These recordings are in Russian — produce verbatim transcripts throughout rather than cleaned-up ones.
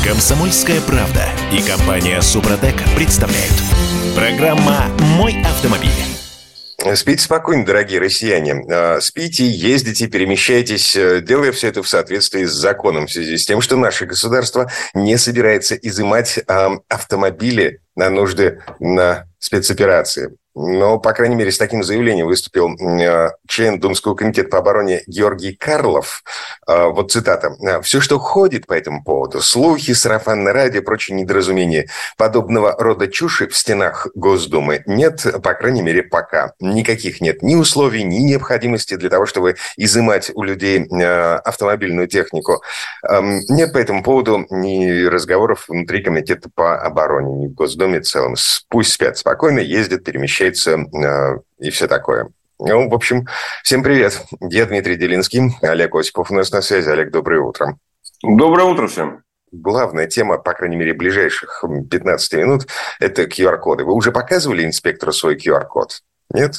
Комсомольская правда и компания «Супротек» представляют. Программа «Мой автомобиль». Спите спокойно, дорогие россияне. Спите, ездите, перемещайтесь, делая все это в соответствии с законом, в связи с тем, что наше государство не собирается изымать автомобили на нужды на спецоперации. Но, по крайней мере, с таким заявлением выступил член Думского комитета по обороне Георгий Карлов. Вот цитата. «Все, что ходит по этому поводу, слухи, сарафанное радио, прочие недоразумения, подобного рода чуши в стенах Госдумы нет, по крайней мере, пока. Никаких нет ни условий, ни необходимости для того, чтобы изымать у людей автомобильную технику. Нет по этому поводу ни разговоров внутри комитета по обороне, ни в Госдуме в целом. Пусть спят спокойно, ездят, перемещаются и все такое». Ну, в общем, всем привет. Я Дмитрий Делинский, Олег Осипов у нас на связи. Олег, доброе утро. Доброе утро всем. Главная тема, по крайней мере, ближайших пятнадцать минут, это ку ар-коды. Вы уже показывали инспектору свой ку ар-код? Нет?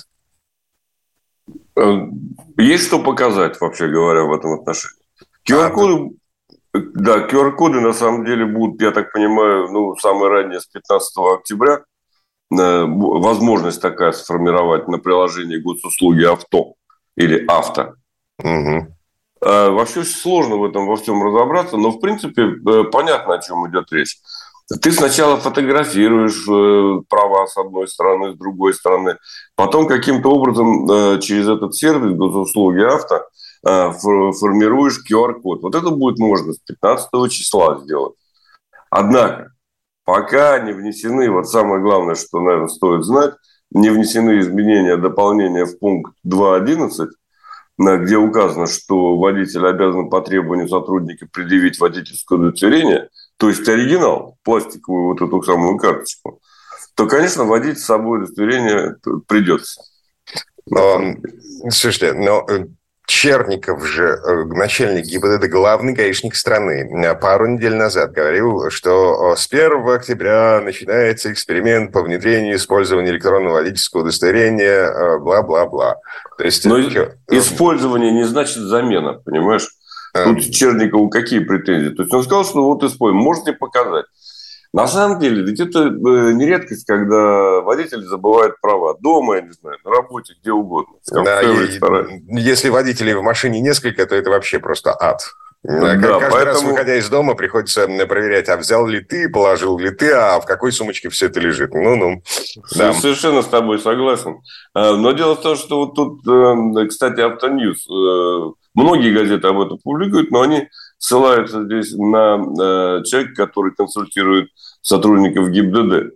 Есть что показать, вообще говоря, в этом отношении. ку ар-коды, а, да, ку ар-коды на самом деле будут, я так понимаю, ну, самое раннее с пятнадцатого октября. Возможность такая сформировать на приложении госуслуги авто или авто. Угу. Вообще сложно в этом во всем разобраться, но в принципе понятно, о чем идет речь. Ты сначала фотографируешь права с одной стороны, с другой стороны, потом каким-то образом через этот сервис госуслуги авто формируешь ку ар-код. Вот это будет можно с пятнадцатого числа сделать. Однако пока не внесены, вот самое главное, что, наверное, стоит знать, не внесены изменения, дополнения в пункт два одиннадцать, где указано, что водитель обязан по требованию сотрудника предъявить водительское удостоверение, то есть оригинал, пластиковую вот эту самую карточку, то, конечно, водить с собой удостоверение придется. Слушайте, но... Черников же, начальник ГИБДД, главный гаишник страны, пару недель назад говорил, что с первого октября начинается эксперимент по внедрению использования электронного водительского удостоверения, бла-бла-бла. То есть, но использование не значит замена, понимаешь? Тут Черникову какие претензии? То есть он сказал, что вот используем, можете показать. На самом деле, ведь это не редкость, когда водители забывают права. Дома, я не знаю, на работе, где угодно. Да, и, если водителей в машине несколько, то это вообще просто ад. Да, каждый поэтому... раз, выходя из дома, приходится проверять, а взял ли ты, положил ли ты, а в какой сумочке все это лежит. Ну-ну. Да. Совершенно с тобой согласен. Но дело в том, что вот тут, кстати, Автоньюз, многие газеты об этом публикуют, но они ссылаются здесь на человека, который консультирует сотрудников ГИБДД,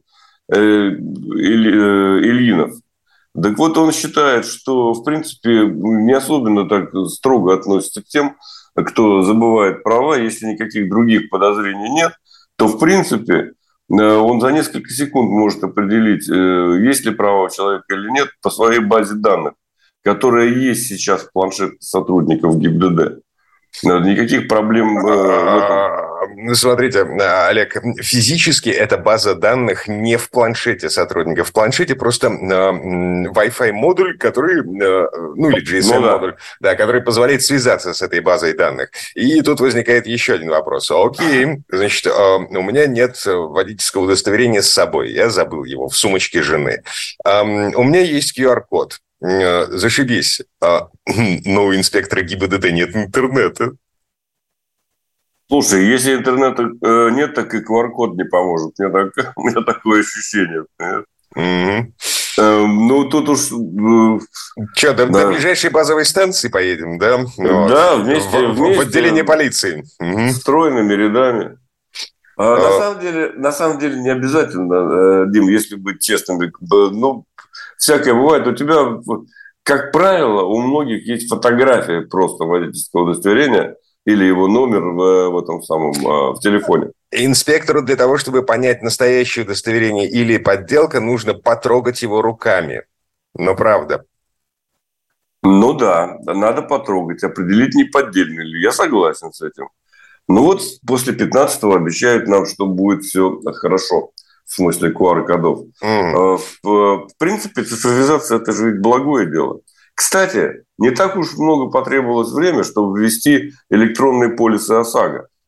Ильинов. Так вот, он считает, что, в принципе, не особенно так строго относится к тем, кто забывает права. Если никаких других подозрений нет, то, в принципе, он за несколько секунд может определить, есть ли права у человека или нет, по своей базе данных, которая есть сейчас в планшете сотрудников ГИБДД. Никаких проблем в этом. Смотрите, Олег, физически эта база данных не в планшете сотрудников. В планшете просто Wi-Fi модуль, который, ну или джи эс эм модуль, ну, да. Да, который позволяет связаться с этой базой данных. И тут возникает еще один вопрос. Окей, значит, у меня нет водительского удостоверения с собой. Я забыл его в сумочке жены. У меня есть ку ар-код. Зашибись. Но у инспектора ГИБДД нет интернета. Слушай, если интернета нет, так и ку ар-код не поможет. У меня, так, у меня такое ощущение. Mm-hmm. Ну, тут уж... Что, до, да. до ближайшей базовой станции поедем, да? Ну, да, вместе, в, вместе. В отделение полиции. Стройными рядами. А, а... На, самом деле, на самом деле не обязательно, Дим, если быть честным. Ну, всякое бывает. У тебя, как правило, у многих есть фотография просто водительского удостоверения или его номер в, в этом самом в телефоне. Инспектору для того, чтобы понять настоящее удостоверение или подделка, нужно потрогать его руками. Но правда. Ну да, надо потрогать, определить, не поддельный ли. Я согласен с этим. Ну вот после пятнадцатого обещают нам, что будет все хорошо. В смысле ку ар-кодов. Mm. В, в принципе, цифровизация – это же ведь благое дело. Кстати, не так уж много потребовалось время, чтобы ввести электронные полисы ОСАГО.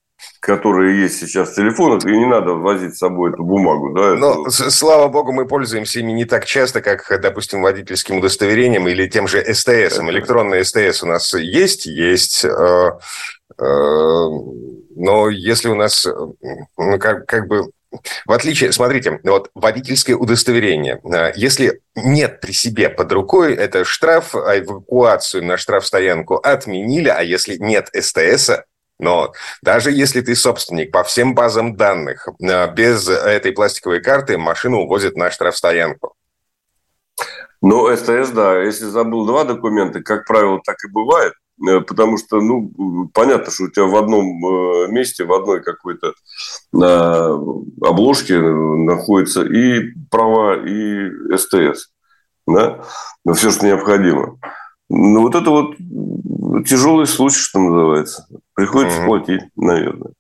которые есть сейчас в телефонах, и не надо возить с собой эту бумагу. Да, Но, эту... слава богу, мы пользуемся ими не так часто, как, допустим, водительским удостоверением или тем же эс тэ эс. Это... Электронный эс тэ эс у нас есть, есть... Э, э, но если у нас, ну, как, как бы... В отличие, смотрите, вот водительское удостоверение. Если нет при себе под рукой, это штраф, а эвакуацию на штрафстоянку отменили, а если нет эс тэ эса, но даже если ты собственник по всем базам данных, без этой пластиковой карты машину увозят на штрафстоянку. Ну, эс тэ эс, да. Если забыл два документа, как правило, так и бывает. Потому что, ну, понятно, что у тебя в одном месте, в одной какой-то обложке находится и права, и эс тэ эс. Да? Все, что необходимо. Ну, вот это вот тяжелый случай, что называется. Приходится mm-hmm. платить, наверное.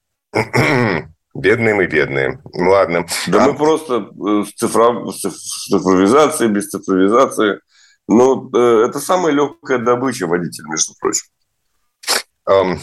Бедные мы, бедные. Ладно. Да а... мы просто с, цифра... с цифровизацией, без цифровизации. Но это самая легкая добыча водителя, между прочим. Um,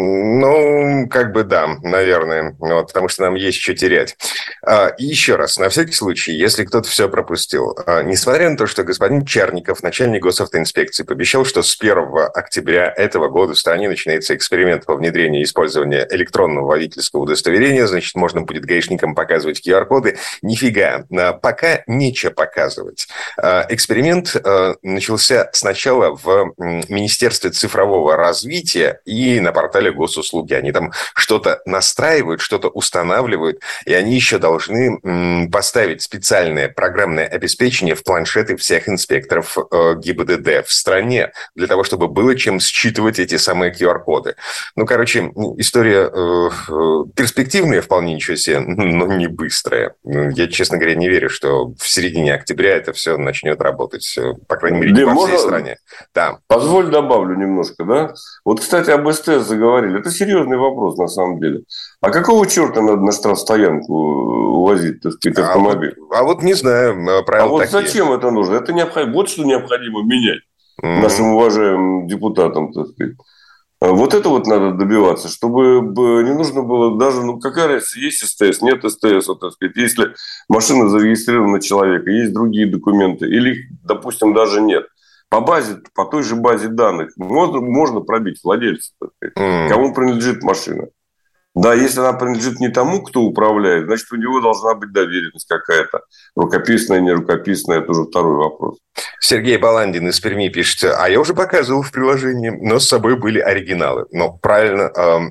ну, как бы да, наверное, вот, потому что нам есть что терять. Uh, и еще раз, на всякий случай, если кто-то все пропустил, uh, несмотря на то, что господин Черников, начальник госавтоинспекции, пообещал, что с первого октября этого года в стране начинается эксперимент по внедрению и использованию электронного водительского удостоверения, значит, можно будет гаишникам показывать ку ар-коды. Нифига, uh, пока нечего показывать. Uh, эксперимент uh, начался сначала в Министерстве цифрового развития и И на портале госуслуги. Они там что-то настраивают, что-то устанавливают, и они еще должны м, поставить специальное программное обеспечение в планшеты всех инспекторов э, гэ и бэ дэ дэ в стране, для того, чтобы было чем считывать эти самые ку ар-коды. Ну, короче, история э, э, перспективная вполне ничего себе, но не быстрая. Я, честно говоря, не верю, что в середине октября это все начнет работать. По крайней мере, не Дим, по всей можно... стране. Да. Позволь добавлю немножко, да? Вот, кстати, об эс тэ эс заговорили. Это серьезный вопрос, на самом деле. А какого черта надо на штрафстоянку увозить, так сказать, автомобиль? А вот, а вот не знаю, правила А вот такие. зачем это нужно? Это необходимо. Вот что необходимо менять mm-hmm. нашим уважаемым депутатам, так сказать. Вот это вот надо добиваться, чтобы не нужно было даже, ну, какая разница, есть эс тэ эс, нет эс тэ эс, так сказать. Если машина зарегистрирована на человека, есть другие документы, или, допустим, даже нет. По базе, по той же базе данных можно, можно пробить владельца, так сказать, mm. кому принадлежит машина. Да, если она принадлежит не тому, кто управляет, значит, у него должна быть доверенность какая-то. Рукописная, не рукописная, это уже второй вопрос. Сергей Баландин из Перми пишет, а я уже показывал в приложении, но с собой были оригиналы. Но правильно,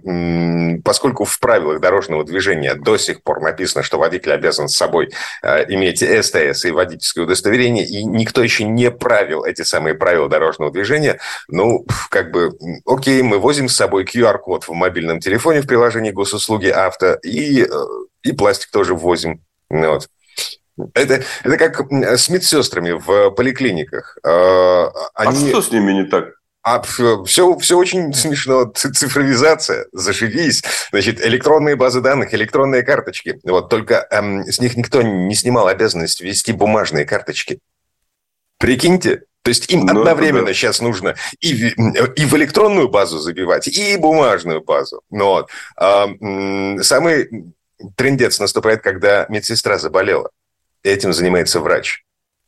э, поскольку в правилах дорожного движения до сих пор написано, что водитель обязан с собой э, иметь эс тэ эс и водительское удостоверение, и никто еще не правил эти самые правила дорожного движения, ну, как бы, окей, мы возим с собой ку ар-код в мобильном телефоне в приложении госуслуги авто, и, и пластик тоже ввозим. Вот. Это, это как с медсестрами в поликлиниках. Они... А что с ними не так? А все, все очень смешно. Цифровизация, зашибись. Значит, электронные базы данных, электронные карточки. Вот только эм, с них никто не снимал обязанность ввести бумажные карточки. Прикиньте. То есть им ну, одновременно да. сейчас нужно и, и в электронную базу забивать, и бумажную базу. Вот. А, самый трындец наступает, когда медсестра заболела. Этим занимается врач.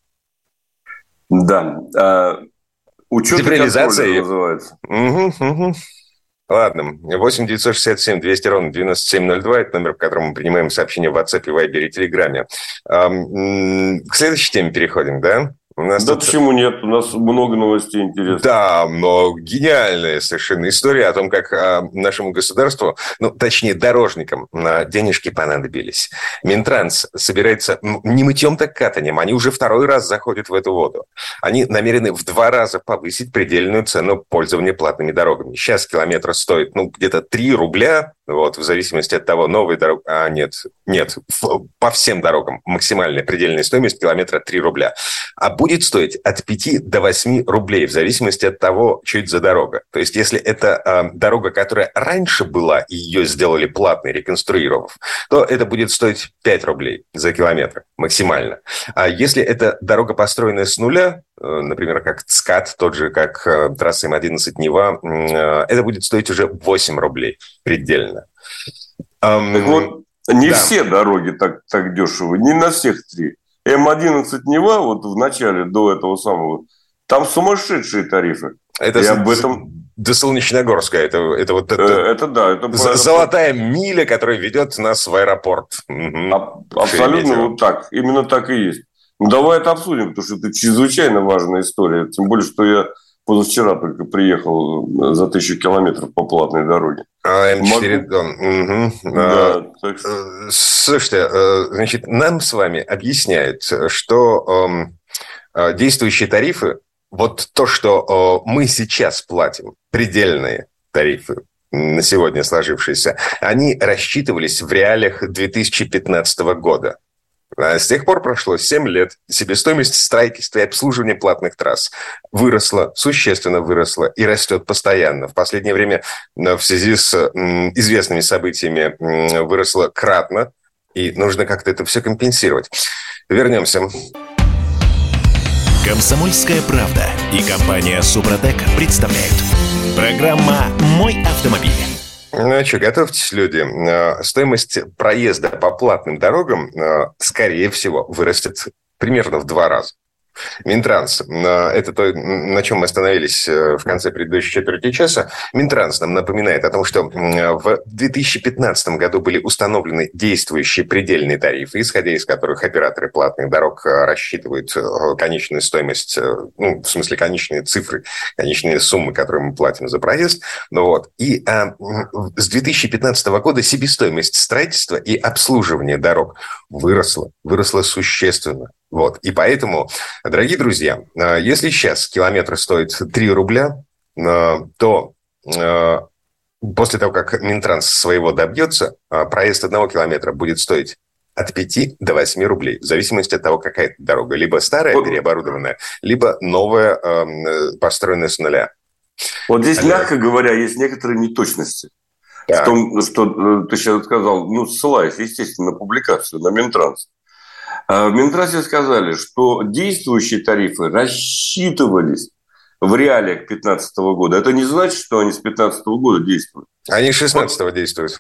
Да. А, учет Цифровизация называется. Угу, угу. Ладно. восемь девятьсот шестьдесят семь двести ровно девяносто семь ноль два. Это номер, по которому мы принимаем сообщения в WhatsApp, Viber и Telegram. А, к следующей теме переходим, да? У нас да тут... почему нет? У нас много новостей интересных. Да, но гениальная совершенно история о том, как а, нашему государству, ну, точнее, дорожникам а, денежки понадобились. Минтранс собирается ну, не мытьем, так катанием. Они уже второй раз заходят в эту воду. Они намерены в два раза повысить предельную цену пользования платными дорогами. Сейчас километр стоит, ну, где-то три рубля, вот, в зависимости от того, новые дороги... А, нет, нет, по всем дорогам максимальная предельная стоимость километра три рубля. А будет стоить от пяти до восьми рублей, в зависимости от того, что это за дорога. То есть, если это э, дорога, которая раньше была, и ее сделали платной, реконструировав, то это будет стоить пять рублей за километр максимально. А если это дорога, построенная с нуля, э, например, как ЦКАД, тот же, как э, трасса эм одиннадцать Нева, э, это будет стоить уже восемь рублей предельно. Um, так вот, не да. все дороги так, так дешевы, не на всех три. эм одиннадцать Нева, вот в начале, до этого самого, там сумасшедшие тарифы. Это и с... об этом... до Солнечногорска. Это, это вот это... это да. Это золотая миля, которая ведет нас в аэропорт. Угу. Абсолютно вот так. Именно так и есть. Ну, давай это обсудим, потому что это чрезвычайно важная история. Тем более, что я позавчера только приехал за тысячу километров по платной дороге. А, эм четыре Дон. Угу. Да, а, так что... Слушайте, значит, нам с вами объясняют, что э, действующие тарифы, вот то, что э, мы сейчас платим, предельные тарифы на сегодня сложившиеся, они рассчитывались в реалиях две тысячи пятнадцатого года. С тех пор прошло семь лет. Себестоимость строительства и обслуживания платных трасс выросла, существенно выросла и растет постоянно. В последнее время в связи с известными событиями выросла кратно, и нужно как-то это все компенсировать. Вернемся. «Комсомольская правда» и компания «Супротек» представляют. Программа «Мой автомобиль». Ну что, готовьтесь, люди. Стоимость проезда по платным дорогам, скорее всего, вырастет примерно в два раза. Минтранс, это то, на чем мы остановились в конце предыдущей четверти часа. Минтранс нам напоминает о том, что в две тысячи пятнадцатом году были установлены действующие предельные тарифы, исходя из которых операторы платных дорог рассчитывают конечную стоимость, ну, в смысле, конечные цифры, конечные суммы, которые мы платим за проезд. Вот. И а, с две тысячи пятнадцатого года себестоимость строительства и обслуживания дорог выросла, выросла существенно. Вот. И поэтому, дорогие друзья, если сейчас километр стоит три рубля, то после того, как Минтранс своего добьется, проезд одного километра будет стоить от пяти до восьми рублей, в зависимости от того, какая это дорога. Либо старая, переоборудованная, либо новая, построенная с нуля. Вот здесь, Алло. мягко говоря, есть некоторые неточности. Так. В том, что ты сейчас сказал, ну, ссылаясь, естественно, на публикацию, на Минтранс. В Минтрансе сказали, что действующие тарифы рассчитывались в реалиях две тысячи пятнадцатого года. Это не значит, что они с две тысячи пятнадцатого года действуют. Они с две тысячи шестнадцатого действуют.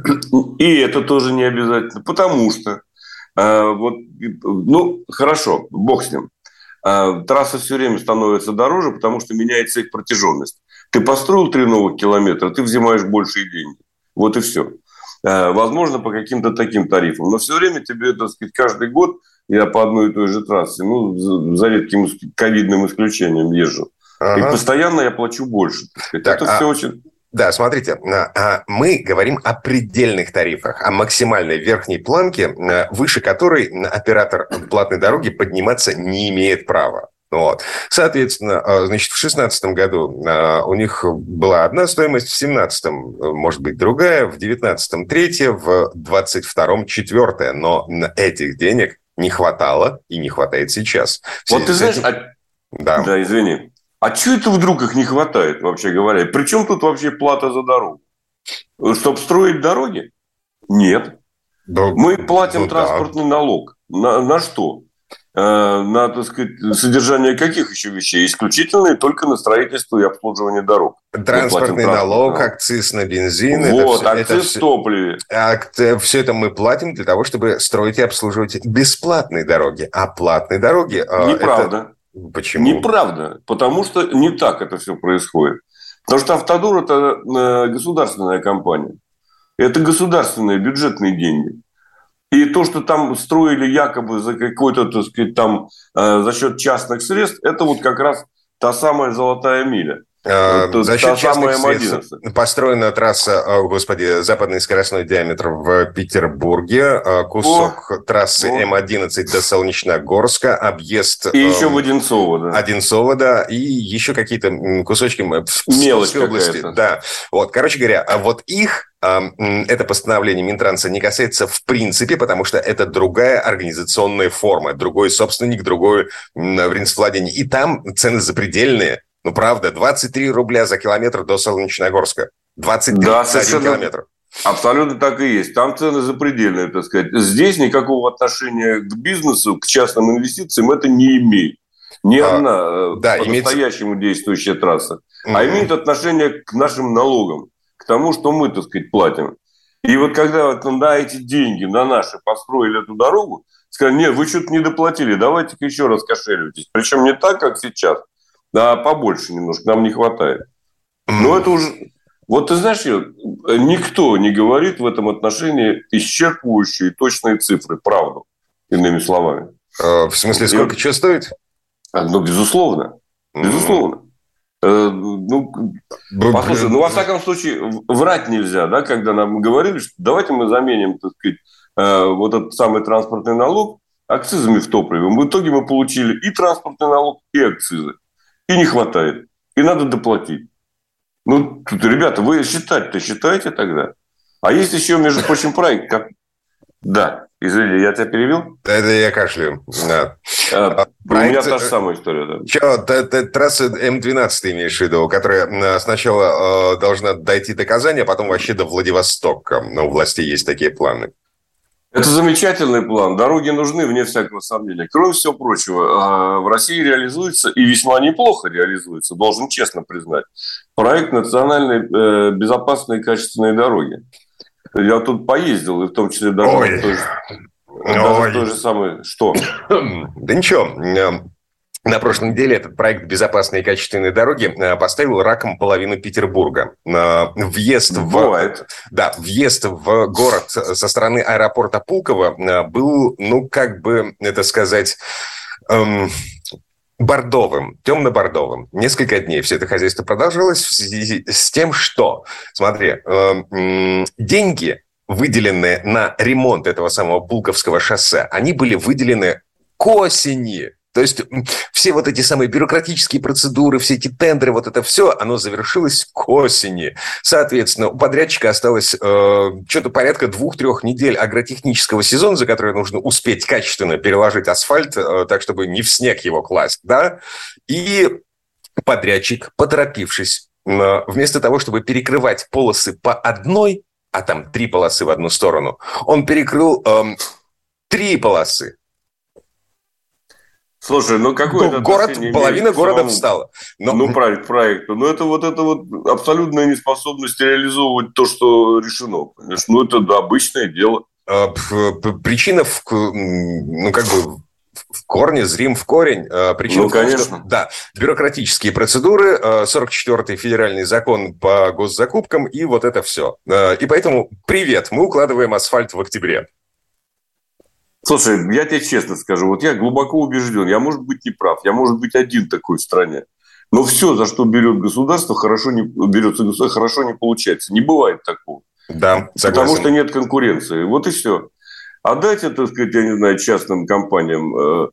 И это тоже не обязательно. Потому что, вот, ну, хорошо, бог с ним. Трассы все время становятся дороже, потому что меняется их протяженность. Ты построил три новых километра, ты взимаешь большие деньги. Вот и все. Возможно, по каким-то таким тарифам. Но все время тебе, так сказать, каждый год я по одной и той же трассе, ну, за, за редким ковидным исключением езжу. Ага. И постоянно я плачу больше. Так сказать. Так, Это а... все очень... Да, смотрите, мы говорим о предельных тарифах, о максимальной верхней планке, выше которой оператор платной дороги подниматься не имеет права. Вот. Соответственно, значит, в две тысячи шестнадцатом году у них была одна стоимость, в две тысячи семнадцатом, может быть, другая, в две тысячи девятнадцатом третья, в двадцать втором четвертая. Но этих денег не хватало и не хватает сейчас. Вот ты знаешь... Этим... А... Да. да, извини. А что это вдруг их не хватает, вообще говоря? Причем тут вообще плата за дорогу? Чтобы строить дороги? Нет. Да, Мы платим ну, транспортный да. налог. На, на что? На, так сказать, содержание каких еще вещей? Исключительно и только на строительство и обслуживание дорог. Транспортный налог, налог, акциз на бензин. Вот, это акциз это в топливе. Все, все это мы платим для того, чтобы строить и обслуживать бесплатные дороги. А платные дороги... Неправда. Это... Почему? Неправда. Потому что не так это все происходит. Потому что Автодор – это государственная компания. Это государственные бюджетные деньги. И то, что там строили якобы за какой-то, так сказать, там, э, за счет частных средств, это вот как раз та самая золотая миля. А, это, за счет частных средств построена трасса, о, господи, западный скоростной диаметр в Петербурге, кусок о, трассы о. эм одиннадцать до Солнечногорска, объезд... И э, еще в Одинцово, да. Одинцово, да, и еще какие-то кусочки в Псковской области. Да. Вот, короче говоря, вот их... это постановление Минтранса не касается в принципе, потому что это другая организационная форма, другой собственник, другое владение. И там цены запредельные. Ну, правда, двадцать три рубля за километр до Солнечногорска. двадцать три да, за один километр. Абсолютно так и есть. Там цены запредельные, так сказать. Здесь никакого отношения к бизнесу, к частным инвестициям это не имеет. Ни а, одна да, по-настоящему имеется... действующая трасса. Mm-hmm. А имеет отношение к нашим налогам. К тому, что мы, так сказать, платим. И вот когда вот на эти деньги, на наши, построили эту дорогу, сказали, нет, вы что-то не доплатили, давайте-ка еще раз кошелитесь. Причем не так, как сейчас, а побольше немножко, нам не хватает. Но это уже... Вот ты знаешь, никто не говорит в этом отношении исчерпывающие точные цифры, правду, иными словами. В смысле, сколько Я... что стоит? Ну, безусловно. Безусловно. Mm-hmm. Ну, послушай, ну, во всяком случае, врать нельзя, да, когда нам говорили, что давайте мы заменим, так сказать, вот этот самый транспортный налог акцизами в топливе. В итоге мы получили и транспортный налог, и акцизы. И не хватает. И надо доплатить. Ну, тут, ребята, вы считать-то считаете тогда? А есть еще, между прочим, проект. Как... Да, извини, я тебя перевел? Это я кашляю. Да. А, проект... У меня та же самая история. Да. Че, трасса эм двенадцать ты имеешь в виду, которая сначала э, должна дойти до Казани, а потом вообще до Владивостока. Но у властей есть такие планы. Это замечательный план. Дороги нужны, вне всякого сомнения. Кроме всего прочего, в России реализуется, и весьма неплохо реализуется, должен честно признать, проект национальной безопасной и качественной дороги. Я тут поездил, и в том числе даже, в той, же, даже в той же самой... Что? Да ничего. На прошлой неделе этот проект безопасной и качественной дороги поставил раком половину Петербурга. Въезд в, да, въезд в город со стороны аэропорта Пулково был, ну, как бы это сказать, эм, бордовым, темно-бордовым. Несколько дней все это хозяйство продолжалось в связи с тем, что, смотри, э, деньги, выделенные на ремонт этого самого Пулковского шоссе, они были выделены к осени. То есть все вот эти самые бюрократические процедуры, все эти тендеры, вот это все, оно завершилось к осени. Соответственно, у подрядчика осталось э, что-то порядка двух-трех недель агротехнического сезона, за который нужно успеть качественно переложить асфальт, э, так, чтобы не в снег его класть, да. И подрядчик, поторопившись, э, вместо того, чтобы перекрывать полосы по одной, а там три полосы в одну сторону, он перекрыл э, три полосы. Слушай, ну какой это город, половина города самому, встала. Но... Ну, проект проекту. Но это вот это вот абсолютная неспособность реализовывать то, что решено. Понимаешь? Ну, это да, обычное дело. Причина в, ну, как бы в корне, зрим в корень. Причина ну, в том, конечно. Что, да, бюрократические процедуры, сорок четвёртый федеральный закон по госзакупкам и вот это все. И поэтому привет, мы укладываем асфальт в октябре. Слушай, я тебе честно скажу, вот я глубоко убежден, я, может быть, не прав, я, может быть, один такой в стране, но все, за что берет государство, хорошо не, берется государство, хорошо не получается. Не бывает такого. Да, согласен. Потому что нет конкуренции. Вот и все. А дайте, так сказать, я не знаю, частным компаниям э,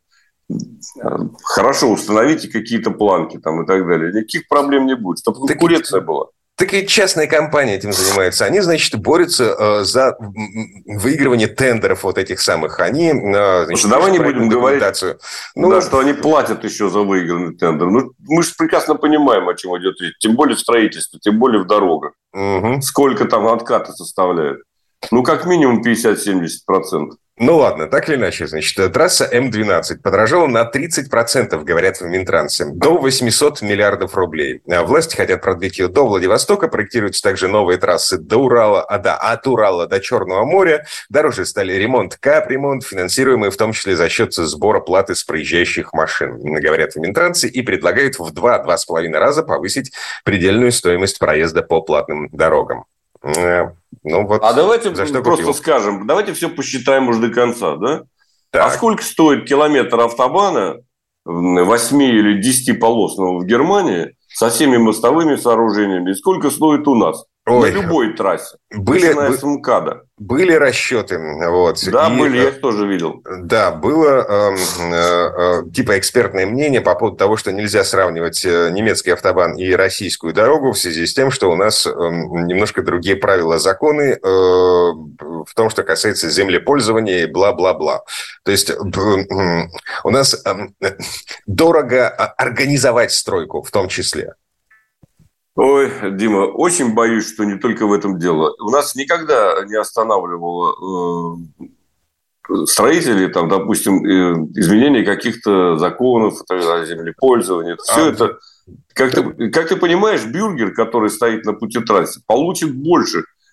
хорошо установите какие-то планки там и так далее. Никаких проблем не будет, чтобы конкуренция так... была. Так и частные компании этим занимаются. Они, значит, борются э, за выигрывание тендеров вот этих самых. Они, э, значит, Слушай, давай не будем говорить, ну, да, что они платят еще за выигранный тендер. Ну, мы же прекрасно понимаем, о чем идет речь. Тем более в строительстве, тем более в дорогах. Угу. Сколько там откаты составляют? Ну, как минимум пятьдесят-семьдесят процентов. Ну, ладно, так или иначе, значит, трасса эм двенадцать подорожала на тридцать процентов, говорят в Минтрансе, до восемьсот миллиардов рублей. Власти хотят продлить ее до Владивостока, проектируются также новые трассы до Урала, а да, от Урала до Черного моря. Дороже стали ремонт, капремонт, финансируемый в том числе за счет сбора платы с проезжающих машин, говорят в Минтрансе, и предлагают в два-два с половиной раза повысить предельную стоимость проезда по платным дорогам. Ну, вот а давайте за что просто купил. скажем, давайте все посчитаем уже до конца, да? Так. А сколько стоит километр автобана восьми или десятиполосного в Германии со всеми мостовыми сооружениями? И сколько стоит у нас? Ой, на любой трассе. Были, начиная с МКАДа. Были расчеты. Вот, да, и, были, я их тоже видел. Да, было э, э, типа экспертное мнение по поводу того, что нельзя сравнивать немецкий автобан и российскую дорогу в связи с тем, что у нас э, немножко другие правила, законы э, в том, что касается землепользования и бла-бла-бла. То есть э, э, у нас э, дорого организовать стройку в том числе. Ой, Дима, очень боюсь, что не только в этом дело. У нас никогда не останавливало э, строителей, там, допустим, э, изменение каких-то законов о землепользовании. Все а, это, как, да. ты, как ты понимаешь, бюргер, который стоит на пути трассы, получит больше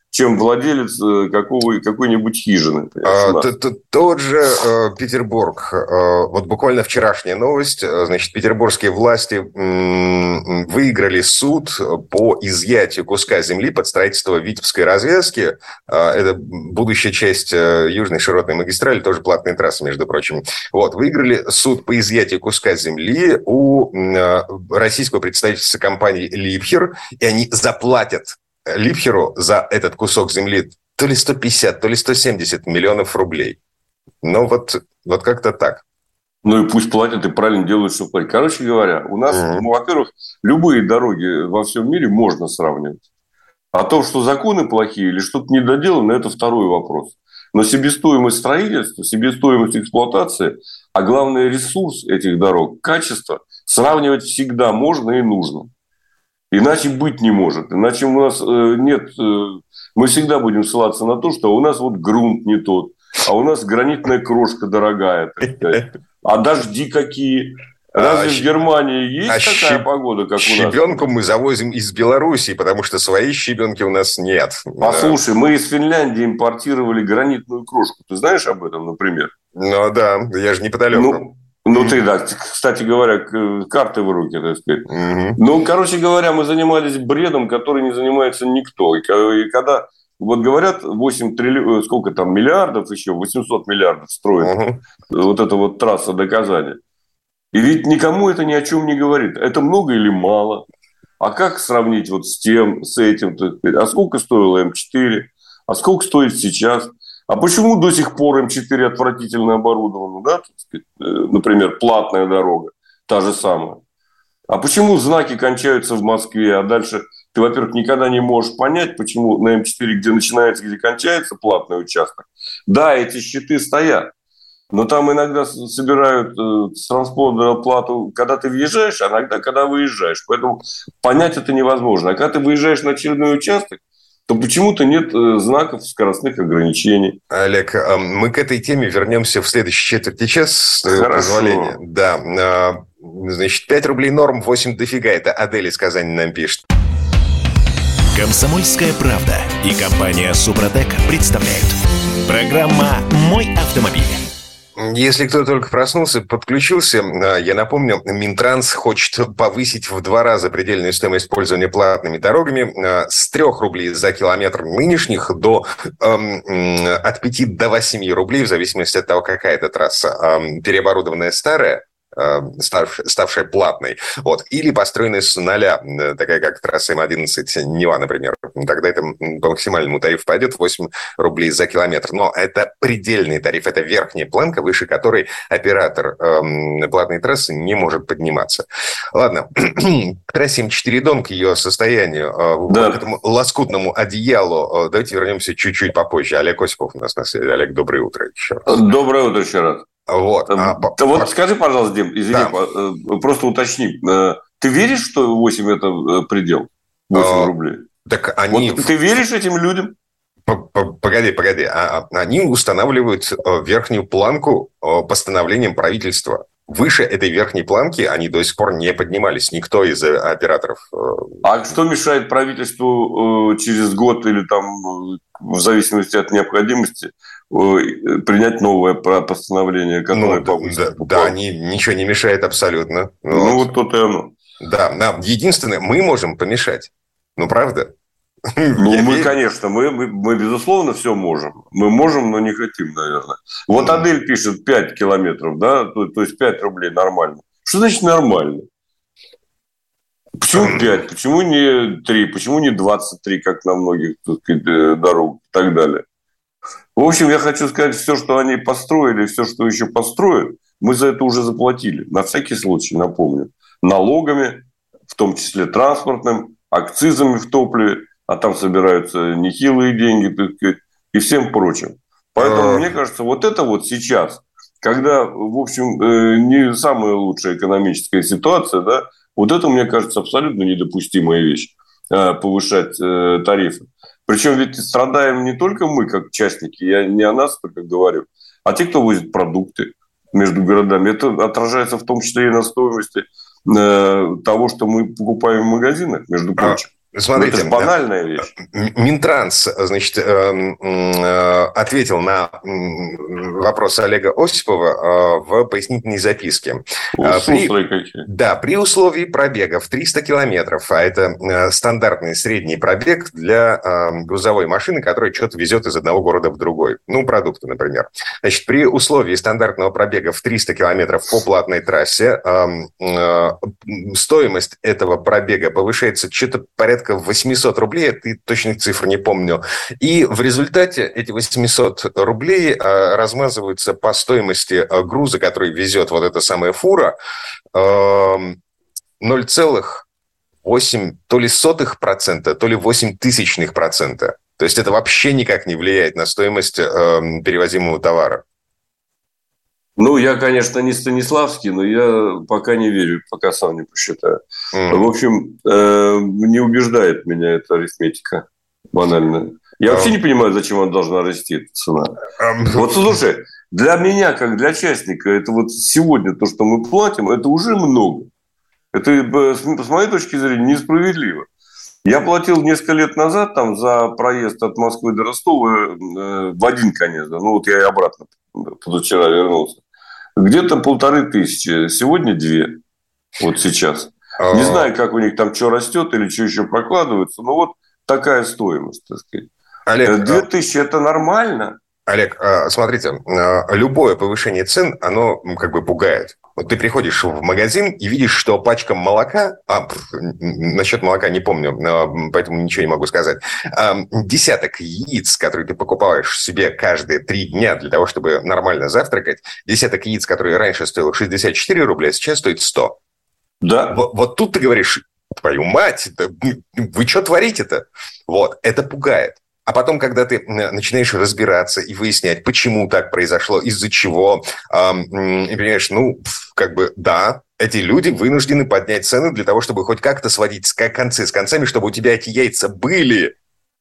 чем владелец какого, какой-нибудь хижины. А, т- т- тот же э, Петербург. Э, вот буквально вчерашняя новость. Значит, петербургские власти м- выиграли суд по изъятию куска земли под строительство Витебской развязки. Э, это будущая часть э, Южной широтной магистрали, тоже платная трасса, между прочим. Вот, выиграли суд по изъятию куска земли у э, российского представительства компании «Липхер», и они заплатят Липхеру за этот кусок земли то ли сто пятьдесят, то ли сто семьдесят миллионов рублей. Ну, вот, вот как-то так. Ну, и пусть платят, и правильно делают, что платят. Короче говоря, у нас, mm-hmm. ну, во-первых, любые дороги во всем мире можно сравнивать. А то, что законы плохие или что-то недоделано, это второй вопрос. Но себестоимость строительства, себестоимость эксплуатации, а главное ресурс этих дорог, качество, сравнивать всегда можно и нужно. Иначе быть не может. Иначе у нас э, нет... Э, мы всегда будем ссылаться на то, что у нас вот грунт не тот, а у нас гранитная крошка дорогая, так сказать. А дожди какие? Разве а, в Германии есть а такая щеб... погода, как у нас? Щебенку мы завозим из Белоруссии, потому что своей щебенки у нас нет. Послушай, да. Мы из Финляндии импортировали гранитную крошку. Ты знаешь об этом, например? Ну да, я же неподалеку. Ну, Ну, ты, да, кстати говоря, карты в руки, так сказать. Mm-hmm. Ну, короче говоря, мы занимались бредом, который не занимается никто. И когда, вот говорят, восемь триллионов, сколько там, миллиардов еще, восемьсот миллиардов строит mm-hmm. вот эта вот трасса до Казани. И ведь никому это ни о чем не говорит. Это много или мало? А как сравнить вот с тем, с этим? Так сказать? А сколько стоило эм четыре? А сколько стоит сейчас? А почему до сих пор эм четыре отвратительно оборудовано, да, так сказать, например, платная дорога, та же самая? А почему знаки кончаются в Москве, а дальше ты, во-первых, никогда не можешь понять, почему на эм четыре, где начинается, где кончается платный участок, да, эти щиты стоят, но там иногда собирают э, с транспондера плату, когда ты въезжаешь, а иногда, когда выезжаешь, поэтому понять это невозможно. А когда ты выезжаешь на очередной участок, то почему-то нет знаков скоростных ограничений. Олег, мы к этой теме вернемся в следующей четверти часа, с твоего позволения. Да. Значит, пять рублей норм, восемь дофига. Это Адель из Казани нам пишет. «Комсомольская правда» и компания «Супротек» представляют. Программа «Мой автомобиль». Если кто только проснулся, подключился, я напомню, Минтранс хочет повысить в два раза предельную стоимость пользования платными дорогами с трёх рублей за километр нынешних до э, от пяти до восьми рублей, в зависимости от того, какая это трасса. Э, переоборудованная старая, ставшая платной, вот, или построенная с нуля, такая как трасса эм одиннадцать Нева, например. Тогда это по максимальному тарифу пойдет восемь рублей за километр. Но это предельный тариф, это верхняя планка, выше которой оператор эм, платной трассы не может подниматься. Ладно, к трассе эм четыре Дон, к ее состоянию, э, да. к этому лоскутному одеялу, э, давайте вернемся чуть-чуть попозже. Олег Осипов у нас на связи. Олег, доброе утро еще раз. Доброе утро еще раз. Вот. А, вот по... скажи, пожалуйста, Дим, извини, да. просто уточни. Ты веришь, что восемь это предел? восемь а, рублей? Так они... Вот ты веришь этим людям? Погоди, погоди. Они устанавливают верхнюю планку постановлением правительства. Выше этой верхней планки они до сих пор не поднимались. Никто из операторов. А что мешает правительству через год или там, в зависимости от необходимости, принять новое постановление, которое ну, повысит? Да, да, они, ничего не мешает абсолютно. Ну, вот, вот то-то и оно. Да, да, единственное, мы можем помешать. Ну, правда? Ну, Я мы, верю. конечно, мы, мы, мы, безусловно, все можем. Мы можем, но не хотим, наверное. Вот mm. Адель пишет пять километров, да, то, то есть пять рублей нормально. Что значит нормально? Почему пять? Почему не три? Почему не двадцать три, как на многих так сказать, дорогах и так далее? В общем, я хочу сказать, все, что они построили, все, что еще построят, мы за это уже заплатили. На всякий случай, напомню. Налогами, в том числе транспортным, акцизами в топливе, а там собираются нехилые деньги, так сказать, и всем прочим. Поэтому, мне кажется, вот это вот сейчас, когда, в общем, не самая лучшая экономическая ситуация, да, вот это, мне кажется, абсолютно недопустимая вещь, повышать тарифы. Причем ведь страдаем не только мы, как участники, я не о нас только говорю, а те, кто возит продукты между городами. Это отражается в том числе и на стоимости того, что мы покупаем в магазинах, между прочим. Смотрите, это же банальная вещь. Минтранс, значит, ответил на вопрос Олега Осипова в пояснительной записке. При, какие. Да, при условии пробега в триста километров, а это стандартный средний пробег для грузовой машины, которая что-то везет из одного города в другой. Ну, продукты, например. Значит, при условии стандартного пробега в триста километров по платной трассе стоимость этого пробега повышается что-то порядка восемьсот рублей, я точных цифр не помню. И в результате эти восемьсот рублей размазываются по стоимости груза, который везет вот эта самая фура, ноль целых восемь то ли сотых процента, то ли восемь тысячных процента. То есть это вообще никак не влияет на стоимость перевозимого товара. Ну, я, конечно, не Станиславский, но я пока не верю, пока сам не посчитаю. Mm. В общем, э, не убеждает меня эта арифметика банальная. Я oh. вообще не понимаю, зачем она должна расти, эта цена. Um. Вот, слушай, для меня, как для частника, это вот сегодня то, что мы платим, это уже много. Это, с моей точки зрения, несправедливо. Я платил несколько лет назад там, за проезд от Москвы до Ростова э, в один конец. Да. Ну, вот я и обратно позавчера вернулся. Где-то полторы тысячи. Сегодня две. Вот сейчас. А-а-а. Не знаю, как у них там что растет или что еще прокладывается. Но вот такая стоимость, так сказать. Олег, две тысячи – это нормально. Олег, смотрите, любое повышение цен, оно как бы пугает. Вот ты приходишь в магазин и видишь, что пачка молока, а, насчет молока не помню, поэтому ничего не могу сказать, десяток яиц, которые ты покупаешь себе каждые три дня для того, чтобы нормально завтракать, десяток яиц, которые раньше стоило шестьдесят четыре рубля, сейчас стоит сто. Да. Вот, вот тут ты говоришь, твою мать, это, вы что творите-то? Вот, это пугает. А потом, когда ты начинаешь разбираться и выяснять, почему так произошло, из-за чего, эм, и понимаешь, ну, как бы, да, эти люди вынуждены поднять цены для того, чтобы хоть как-то сводить концы с концами, чтобы у тебя эти яйца были.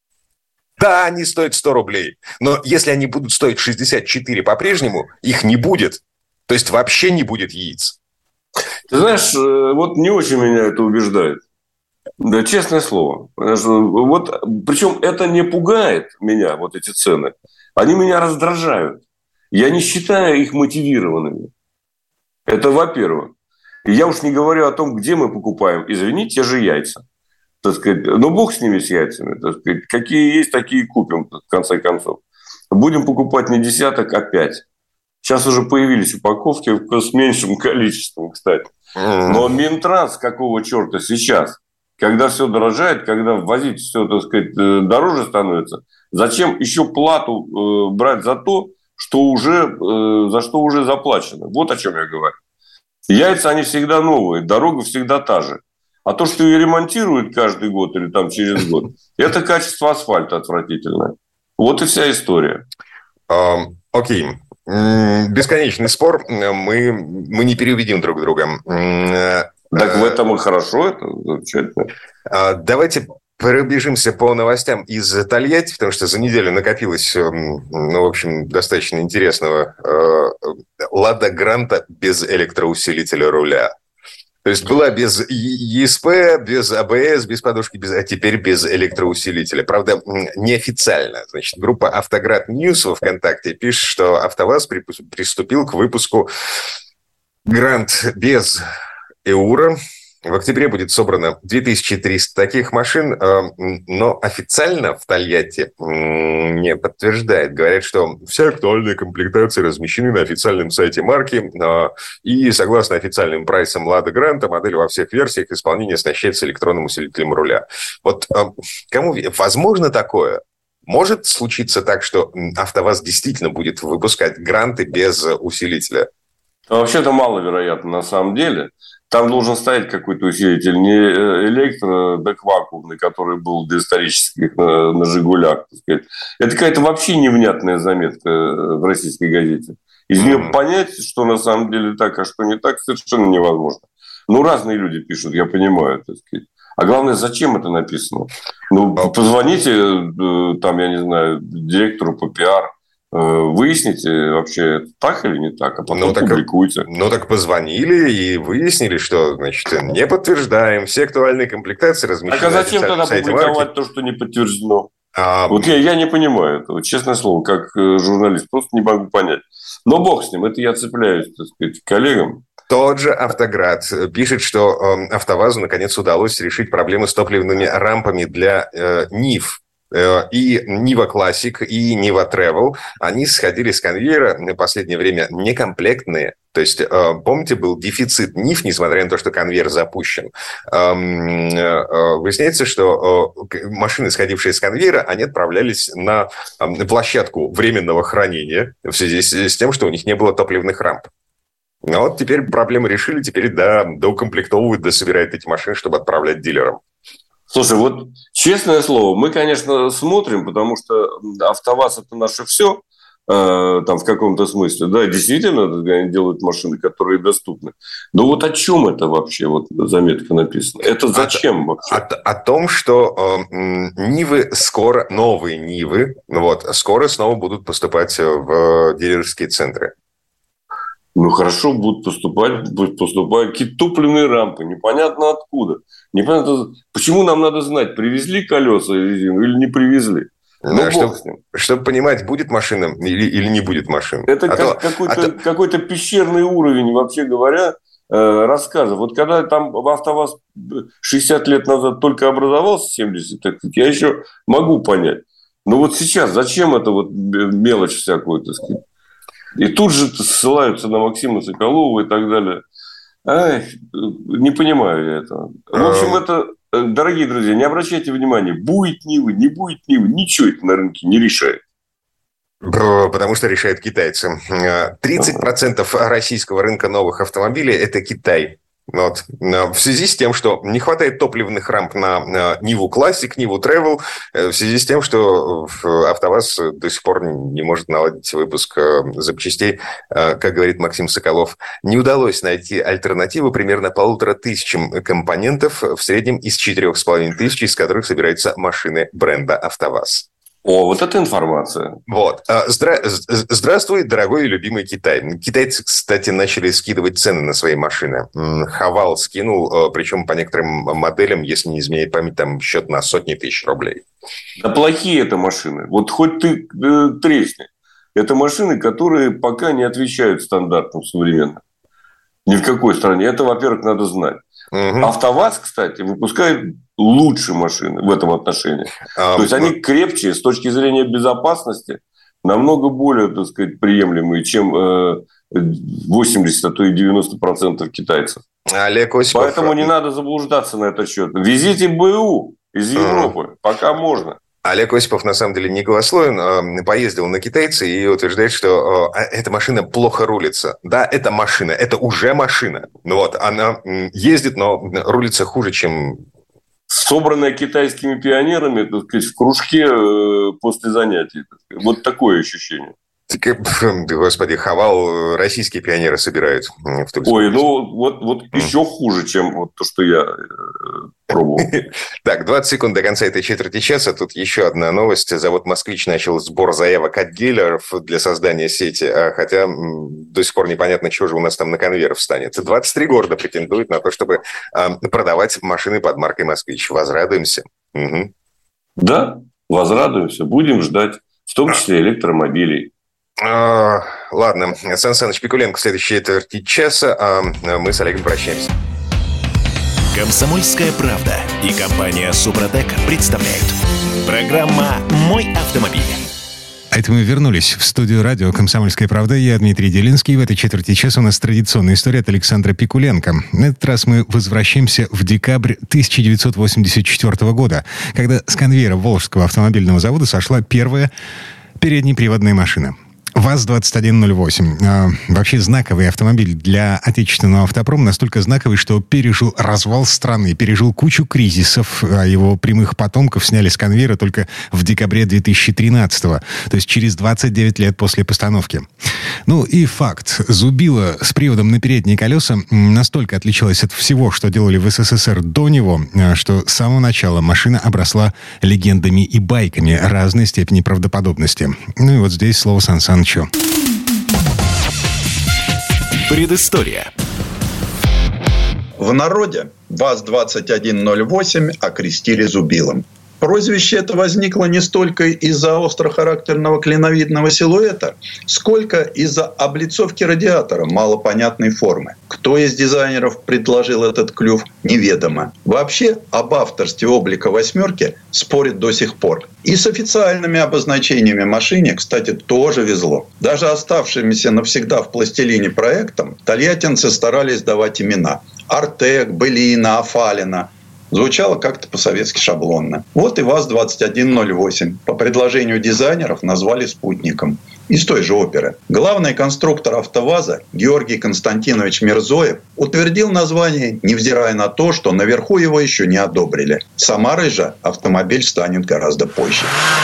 Да, они стоят сто рублей, но если они будут стоить шестьдесят четыре по-прежнему, их не будет. То есть вообще не будет яиц. Ты знаешь, вот не очень меня это убеждает. Да, честное слово. Вот, причем это не пугает меня, вот эти цены. Они меня раздражают. Я не считаю их мотивированными. Это во-первых. И я уж не говорю о том, где мы покупаем. Извините, те же яйца. Так сказать, ну, бог с ними, с яйцами. Так сказать, какие есть, такие купим, в конце концов. Будем покупать не десяток, а пять. Сейчас уже появились упаковки с меньшим количеством, кстати. Но Минтранс какого черта сейчас? Когда все дорожает, когда ввозить все, так сказать, дороже становится, зачем еще плату брать за то, что уже, за что уже заплачено? Вот о чем я говорю. Яйца, они всегда новые, дорога всегда та же. А то, что ее ремонтируют каждый год или там через год, это качество асфальта отвратительное. Вот и вся история. Окей. Okay. Бесконечный спор. Мы, мы не переубедим друг друга. Так в этом и хорошо, это замечательно. Давайте пробежимся по новостям из Тольятти, потому что за неделю накопилось, ну, в общем, достаточно интересного «Лада Гранта» без электроусилителя руля. То есть была без ЕСП, без АБС, без подушки, без, а теперь без электроусилителя. Правда, неофициально. Значит, группа «Автоград Ньюс» во ВКонтакте пишет, что АвтоВАЗ приступил к выпуску «Грант» без ЭУРа. В октябре будет собрано две тысячи триста таких машин, но официально в Тольятти не подтверждает. Говорят, что все актуальные комплектации размещены на официальном сайте марки, и согласно официальным прайсам «Лада Гранта» модель во всех версиях исполнения оснащается электронным усилителем руля. Вот кому возможно такое? Может случиться так, что АвтоВАЗ действительно будет выпускать гранты без усилителя? Вообще-то маловероятно на самом деле. Там должен стоять какой-то усилитель, не электро, так вакуумный, который был доисторических на, на «Жигулях». Так сказать. Это какая-то вообще невнятная заметка в российской газете. Из нее mm-hmm. понять, что на самом деле так, а что не так, совершенно невозможно. Ну, разные люди пишут, я понимаю, так сказать. А главное, зачем это написано? Ну, позвоните, там, я не знаю, директору по пиар, выясните вообще, так или не так, а потом ну, публикуйте. Так, ну, так позвонили и выяснили, что, значит, не подтверждаем. Все актуальные комплектации размещены. Так а зачем тогда публиковать марки? То, что не подтверждено? А... Вот я, я не понимаю этого, честное слово, как журналист. Просто не могу понять. Но бог с ним, это я цепляюсь, так сказать, к коллегам. Тот же «Автоград» пишет, что э, «АвтоВАЗу» наконец удалось решить проблемы с топливными рампами для э, НИВ. И Нива Классик, и Нива Тревел, они сходили с конвейера в последнее время некомплектные. То есть, помните, был дефицит Нив, несмотря на то, что конвейер запущен. Выясняется, что машины, сходившие с конвейера, они отправлялись на площадку временного хранения в связи с тем, что у них не было топливных рамп. Ну вот теперь проблему решили, теперь да, доукомплектовывают, дособирают эти машины, чтобы отправлять дилерам. Слушай, вот честное слово, мы, конечно, смотрим, потому что АвтоВАЗ – это наше все, э, там в каком-то смысле. Да, действительно, они делают машины, которые доступны. Но вот о чем это вообще, вот заметка написана? Это зачем о, вообще? О, о том, что э, Нивы скоро, новые Нивы, вот, скоро снова будут поступать в дилерские центры. Ну, хорошо, будут поступать, будут поступать какие-то топливные рампы, непонятно откуда. Непонятно, почему нам надо знать, привезли колеса или не привезли. Ну, да, чтобы, чтобы понимать, будет машина или, или не будет машины. Это а как, то, какой-то, а какой-то пещерный уровень, вообще говоря, э, рассказов. Вот когда там в АвтоВАЗ шестьдесят лет назад только образовался, семьдесят, так сказать, я еще могу понять. Но вот сейчас зачем это вот мелочь всякую, так сказать? И тут же ссылаются на Максима Соколова и так далее. Ай, не понимаю я этого. В общем, это, дорогие друзья, не обращайте внимания, будет Нива, не будет Нива, ничего это на рынке не решает. Потому что решают китайцы. тридцать процентов российского рынка новых автомобилей – это Китай. Вот. В связи с тем, что не хватает топливных рамп на Ниву Классик, Ниву Тревел, в связи с тем, что АвтоВАЗ до сих пор не может наладить выпуск запчастей, как говорит Максим Соколов, не удалось найти альтернативу примерно полутора тысячам компонентов, в среднем из четырех с половиной тысяч, из которых собираются машины бренда АвтоВАЗ. О, вот это информация. Вот. Здра... Здравствуй, дорогой и любимый Китай. Китайцы, кстати, начали скидывать цены на свои машины. Хавал скинул, причем по некоторым моделям, если не изменяет память, там счет на сотни тысяч рублей. Да плохие это машины. Вот хоть ты э, тресни. Это машины, которые пока не отвечают стандартам современным. Ни в какой стране. Это, во-первых, надо знать. Угу. АвтоВАЗ, кстати, выпускает лучшие машины в этом отношении. А, То есть, они крепче с точки зрения безопасности, намного более, так сказать, приемлемые, чем восемьдесят, а то и девяносто процентов китайцев. Олег Осипов... Поэтому не надо заблуждаться на этот счет. Везите БУ из Европы, угу. пока можно. Олег Осипов, на самом деле, не голословен, поездил на китайцы и утверждает, что эта машина плохо рулится. Да, это машина, это уже машина. Вот, она ездит, но рулится хуже, чем... Собранная китайскими пионерами, так сказать, в кружке после занятий. Вот такое ощущение. Господи, Хавал российские пионеры собирают в Тульской. Ой, ну вот, вот mm. еще хуже, чем вот то, что я пробовал. Так, двадцать секунд до конца этой четверти часа. Тут еще одна новость. Завод «Москвич» начал сбор заявок от дилеров для создания сети, хотя до сих пор непонятно, что же у нас там на конвейер встанет. двадцать три города претендуют на то, чтобы продавать машины под маркой «Москвич». Возрадуемся. Угу. Да, возрадуемся. Будем ждать, в том числе электромобилей. А, ладно, Сан Саныч Пикуленко в следующей четверти часа, а мы с Олегом прощаемся. «Комсомольская правда» и компания «Супротек» представляют. Программа «Мой автомобиль». А это мы вернулись в студию радио «Комсомольская правда». Я Дмитрий Делинский. В этой четверти часа у нас традиционная история от Александра Пикуленко. На этот раз мы возвращаемся в декабрь тысяча девятьсот восемьдесят четвёртого года, когда с конвейера Волжского автомобильного завода сошла первая переднеприводная машина. ВАЗ двадцать один ноль восемь. Э, вообще знаковый автомобиль для отечественного автопрома. Настолько знаковый, что пережил развал страны, пережил кучу кризисов. А его прямых потомков сняли с конвейера только в декабре две тысячи тринадцатого. То есть через двадцать девять лет после постановки. Ну и факт. Зубило с приводом на передние колеса настолько отличалось от всего, что делали в СССР до него, что с самого начала машина обросла легендами и байками разной степени правдоподобности. Ну и вот здесь слово Сан Санычу. Предыстория. В народе ВАЗ двадцать один ноль восемь окрестили зубилом. Прозвище это возникло не столько из-за острохарактерного клиновидного силуэта, сколько из-за облицовки радиатора малопонятной формы. Кто из дизайнеров предложил этот клюв, неведомо. Вообще, об авторстве облика «восьмерки» спорят до сих пор. И с официальными обозначениями машине, кстати, тоже везло. Даже оставшимися навсегда в пластилине проектам тольяттинцы старались давать имена. Артек, Белина, Афалина. Звучало как-то по-советски шаблонно. Вот и ВАЗ двадцать один ноль восемь по предложению дизайнеров назвали спутником. Из той же оперы. Главный конструктор АвтоВАЗа Георгий Константинович Мирзоев утвердил название, невзирая на то, что наверху его еще не одобрили. Самарой же автомобиль станет гораздо позже.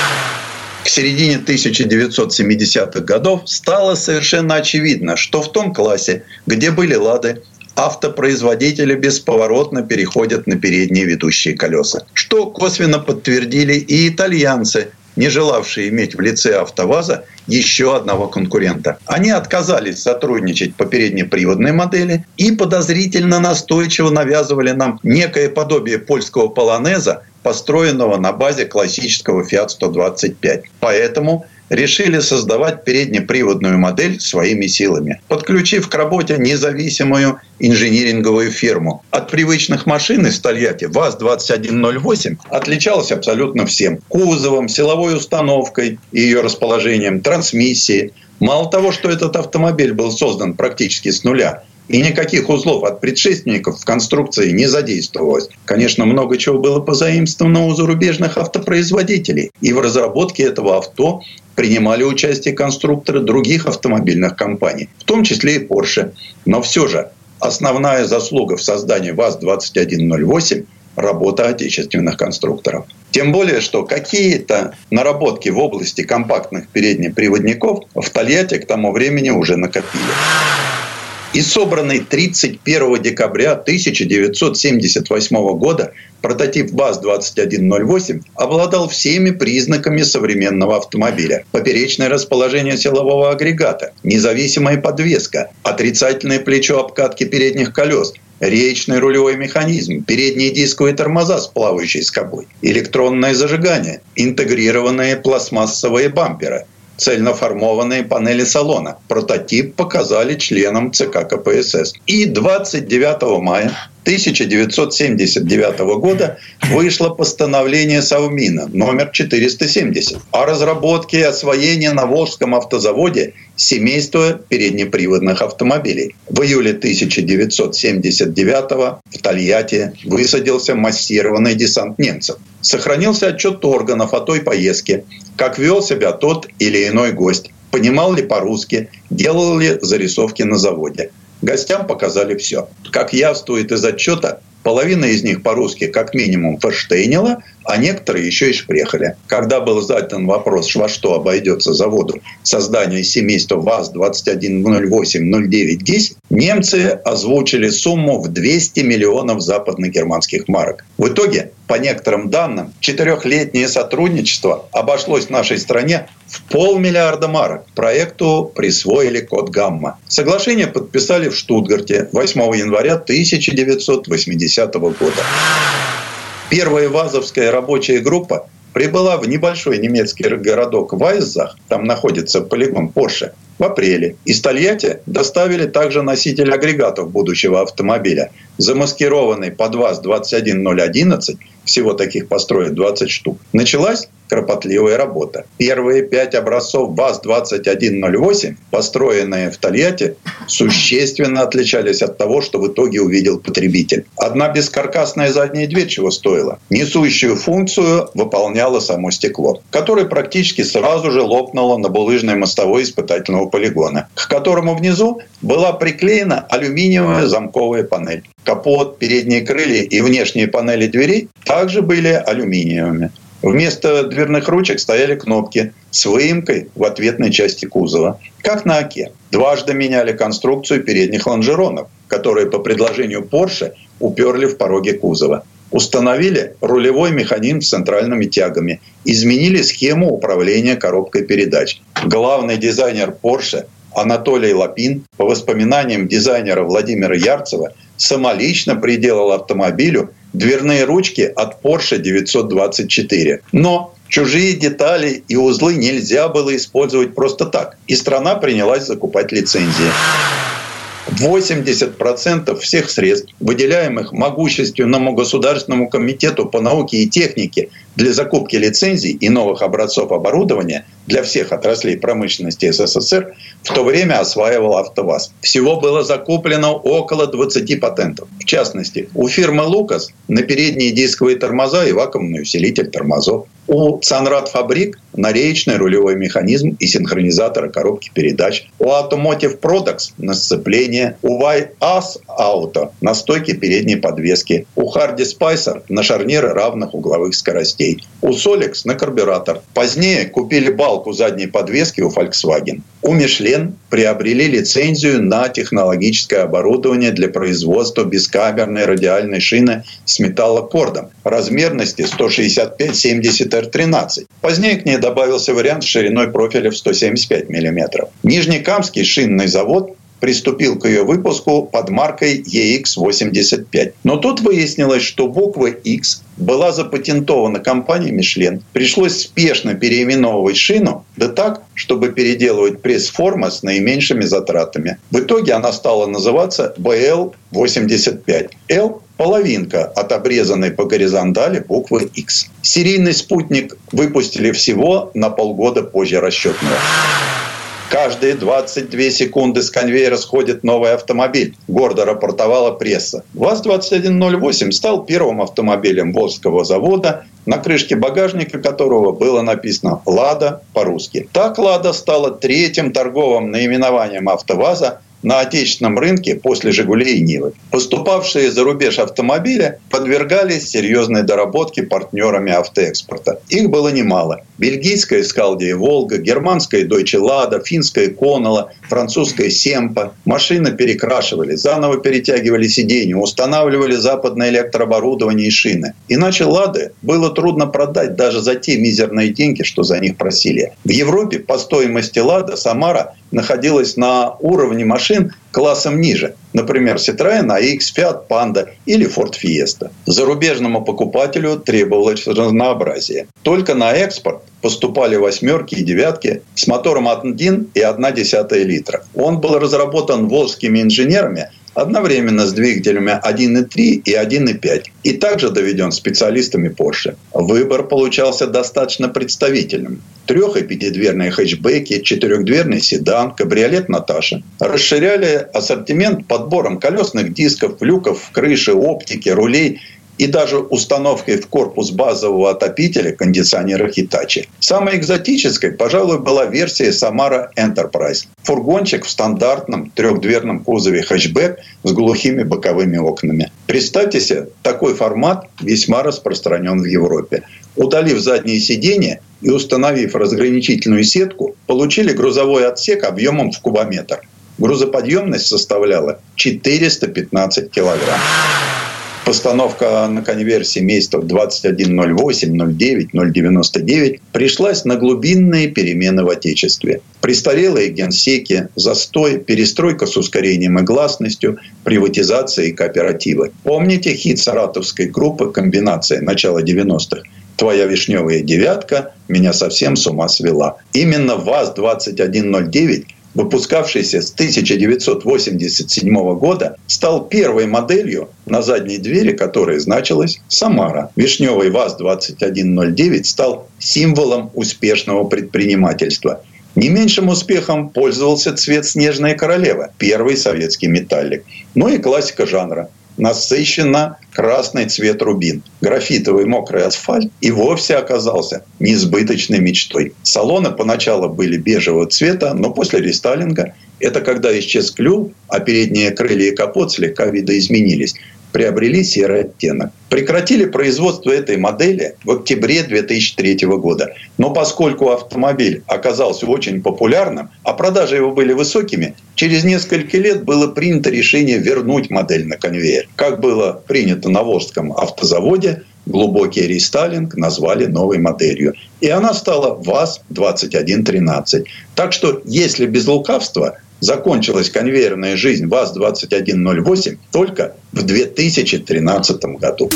К середине тысяча девятьсот семидесятых годов стало совершенно очевидно, что в том классе, где были «Лады», автопроизводители бесповоротно переходят на передние ведущие колеса. Что косвенно подтвердили и итальянцы, не желавшие иметь в лице АвтоВАЗа еще одного конкурента. Они отказались сотрудничать по переднеприводной модели и подозрительно настойчиво навязывали нам некое подобие польского полонеза, построенного на базе классического Фиат сто двадцать пять. Поэтому решили создавать переднеприводную модель своими силами, подключив к работе независимую инжиниринговую фирму. От привычных машин из Тольятти ВАЗ двадцать один ноль восемь отличалась абсолютно всем. Кузовом, силовой установкой и ее расположением, трансмиссией. Мало того, что этот автомобиль был создан практически с нуля, и никаких узлов от предшественников в конструкции не задействовалось. Конечно, много чего было позаимствовано у зарубежных автопроизводителей. И в разработке этого авто принимали участие конструкторы других автомобильных компаний, в том числе и Porsche. Но все же основная заслуга в создании ВАЗ двадцать один ноль восемь – работа отечественных конструкторов. Тем более, что какие-то наработки в области компактных переднеприводников в Тольятти к тому времени уже накопили. И собранный тридцать первого декабря тысяча девятьсот семьдесят восьмого года прототип ВАЗ двадцать один ноль восемь обладал всеми признаками современного автомобиля. Поперечное расположение силового агрегата, независимая подвеска, отрицательное плечо обкатки передних колес, речный рулевой механизм, передние дисковые тормоза с плавающей скобой, электронное зажигание, интегрированные пластмассовые бамперы, цельноформованные панели салона. Прототип показали членам ЦК КПСС. И двадцать девятого мая тысяча девятьсот семьдесят девятого года вышло постановление Совмина номер четыреста семьдесят о разработке и освоении на Волжском автозаводе семейства переднеприводных автомобилей. В июле тысяча девятьсот семьдесят девятого в Тольятти высадился массированный десант немцев. Сохранился отчет органов о той поездке, как вел себя тот или иной гость, понимал ли по-русски, делал ли зарисовки на заводе. Гостям показали все. Как явствует из отчета, половина из них по-русски как минимум форштейнила, а некоторые еще и шпрехали. Когда был задан вопрос, во что обойдется заводу создание семейства ВАЗ двадцать один ноль восемь ноль девять десять, немцы озвучили сумму в двести миллионов западно-германских марок. В итоге, по некоторым данным, четырехлетнее сотрудничество обошлось нашей стране в полмиллиарда марок. Проекту присвоили код «Гамма». Соглашение подписали в Штутгарте восьмого января тысяча девятьсот восьмидесятого года. Первая ВАЗовская рабочая группа прибыла в небольшой немецкий городок Вайзах, там находится полигон Porsche, В апреле из Тольятти доставили также носитель агрегатов будущего автомобиля, замаскированный под ВАЗ двадцать один ноль одиннадцать, всего таких построят двадцать штук. Началась кропотливая работа. Первые пять образцов ВАЗ двадцать один ноль восемь, построенные в Тольятти, существенно отличались от того, что в итоге увидел потребитель. Одна бескаркасная задняя дверь чего стоила? Несущую функцию выполняло само стекло, которое практически сразу же лопнуло на булыжной мостовой испытательного полигона, к которому внизу была приклеена алюминиевая замковая панель. Капот, передние крылья и внешние панели дверей также были алюминиевыми. Вместо дверных ручек стояли кнопки с выемкой в ответной части кузова, как на Оке. Дважды меняли конструкцию передних лонжеронов, которые по предложению Porsche уперли в пороги кузова. Установили рулевой механизм с центральными тягами, изменили схему управления коробкой передач. Главный дизайнер Porsche Анатолий Лапин, по воспоминаниям дизайнера Владимира Ярцева, самолично приделал автомобилю дверные ручки от Porsche девятьсот двадцать четыре. Но чужие детали и узлы нельзя было использовать просто так. И страна принялась закупать лицензии. восемьдесят процентов всех средств, выделяемых могущественному Государственному комитету по науке и технике для закупки лицензий и новых образцов оборудования для всех отраслей промышленности СССР, в то время осваивал АвтоВАЗ. Всего было закуплено около двадцати патентов. В частности, у фирмы «Лукас» на передние дисковые тормоза и вакуумный усилитель тормозов. У «Санрад-Фабрик» на реечный рулевой механизм и синхронизатора коробки передач. У «Automotive Products» на сцепление. У «Вай Ас Auto» на стойке передней подвески. У «Харди Спайсер» на шарниры равных угловых скоростей. У «Solex» на карбюратор. Позднее купили балку задней подвески у Volkswagen. У «Мишлен» приобрели лицензию на технологическое оборудование для производства бескамерной радиальной шины с металлокордом размерности сто шестьдесят пять семьдесят эр тринадцать. Позднее к ней добавился вариант с шириной профиля в сто семьдесят пять миллиметров. Нижнекамский шинный завод приступил к ее выпуску под маркой и икс восемьдесят пять. Но тут выяснилось, что буква X была запатентована компанией Michelin. Пришлось спешно переименовывать шину, да так, чтобы переделывать пресс-форма с наименьшими затратами. В итоге она стала называться би эл восемьдесят пять. L – половинка от обрезанной по горизонтали буквы X. Серийный спутник выпустили всего на полгода позже расчетного. Каждые двадцать две секунды с конвейера сходит новый автомобиль, гордо рапортовала пресса. ВАЗ двадцать один ноль восемь стал первым автомобилем Волжского завода, на крышке багажника которого было написано «Лада» по-русски. Так «Лада» стала третьим торговым наименованием АвтоВАЗа на отечественном рынке после «Жигулей» и «Нивы». Поступавшие за рубеж автомобиля подвергались серьезной доработке партнерами автоэкспорта. Их было немало. Бельгийская «Скалдия Волга», германская «Дойче Лада», финская «Конола», французская «Семпа». Машины перекрашивали, заново перетягивали сиденья, устанавливали западное электрооборудование и шины. Иначе «Лады» было трудно продать даже за те мизерные деньги, что за них просили. В Европе по стоимости «Лада» Самара находилась на уровне машин классом ниже. Например, Citroёn эй икс, Fiat Panda или Ford Fiesta. Зарубежному покупателю требовалось разнообразие. Только на экспорт поступали восьмерки и девятки с мотором один и одна десятая литра. Он был разработан волжскими инженерами одновременно с двигателями один и три и один и пять. И также доведен специалистами Porsche. Выбор получался достаточно представительным. Трех- и пятидверные хэтчбеки, четырехдверный седан, кабриолет Наташа. Расширяли ассортимент подбором колесных дисков, люков в крыше, оптики, рулей и даже установкой в корпус базового отопителя кондиционера Hitachi. Самой экзотической, пожалуй, была версия Samara Enterprise. Фургончик в стандартном трехдверном кузове хэтчбэк с глухими боковыми окнами. Представьте себе, такой формат весьма распространен в Европе. Удалив задние сиденья и установив разграничительную сетку, получили грузовой отсек объемом в кубометр. Грузоподъемность составляла четыреста пятнадцать килограмм. Постановка на конвейер семействов двадцать один ноль восемь, ноль девять, ноль девяносто девять пришлась на глубинные перемены в Отечестве. Престарелые генсеки, застой, перестройка с ускорением и гласностью, приватизация и кооперативы. Помните хит саратовской группы «Комбинация» начала девяностых? «Твоя вишневая девятка меня совсем с ума свела». Именно ВАЗ двадцать один ноль девять выпускавшийся с тысяча девятьсот восемьдесят седьмого года, стал первой моделью, на задней двери которой значилась «Самара». Вишневый ВАЗ двадцать один ноль девять стал символом успешного предпринимательства. Не меньшим успехом пользовался цвет «Снежная королева», первый советский металлик. Ну и классика жанра. Насыщенно красный цвет рубин. Графитовый мокрый асфальт и вовсе оказался несбыточной мечтой. Салоны поначалу были бежевого цвета, но после рестайлинга, это когда исчез клюв, а передние крылья и капот слегка видоизменились, приобрели серый оттенок. Прекратили производство этой модели в октябре две тысячи третьего года. Но поскольку автомобиль оказался очень популярным, а продажи его были высокими, через несколько лет было принято решение вернуть модель на конвейер. Как было принято на Волжском автозаводе, глубокий рестайлинг назвали новой моделью. И она стала ВАЗ двадцать один тринадцать. Так что, если без лукавства, закончилась конвейерная жизнь ВАЗ двадцать один ноль восемь только в две тысячи тринадцатом году.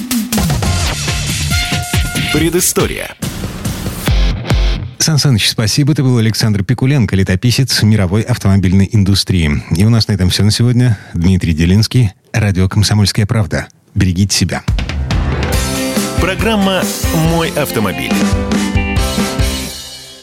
Предыстория. Сан Саныч, спасибо. Это был Александр Пикуленко, летописец мировой автомобильной индустрии. И у нас на этом все на сегодня. Дмитрий Делинский, радио «Комсомольская правда». Берегите себя. Программа «Мой автомобиль».